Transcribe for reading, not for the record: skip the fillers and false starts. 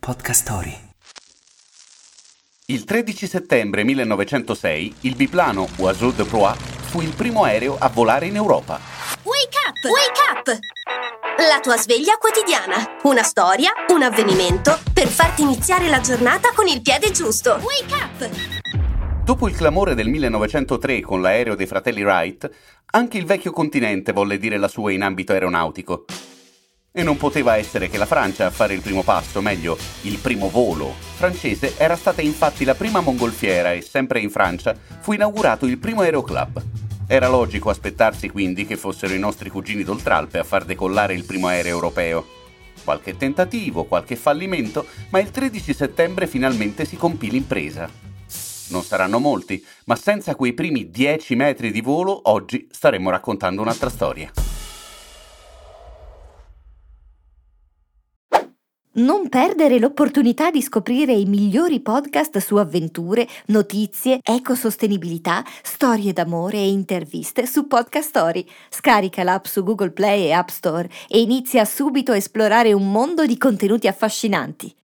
Podcast Story. Il 13 settembre 1906 il biplano Oiseau de Proie fu il primo aereo a volare in Europa. Wake up! Wake up! La tua sveglia quotidiana. Una storia, un avvenimento per farti iniziare la giornata con il piede giusto. Wake up! Dopo il clamore del 1903 con l'aereo dei fratelli Wright, anche il vecchio continente volle dire la sua in ambito aeronautico. E non poteva essere che la Francia a fare il primo passo, meglio, il primo volo francese era stata infatti la prima mongolfiera e sempre in Francia fu inaugurato il primo aeroclub. Era logico aspettarsi quindi che fossero i nostri cugini d'Oltralpe a far decollare il primo aereo europeo. Qualche tentativo, qualche fallimento, ma il 13 settembre finalmente si compì l'impresa. Non saranno molti, ma senza quei primi 10 metri di volo oggi staremmo raccontando un'altra storia. Non perdere l'opportunità di scoprire i migliori podcast su avventure, notizie, ecosostenibilità, storie d'amore e interviste su Podcast Story. Scarica l'app su Google Play e App Store e inizia subito a esplorare un mondo di contenuti affascinanti.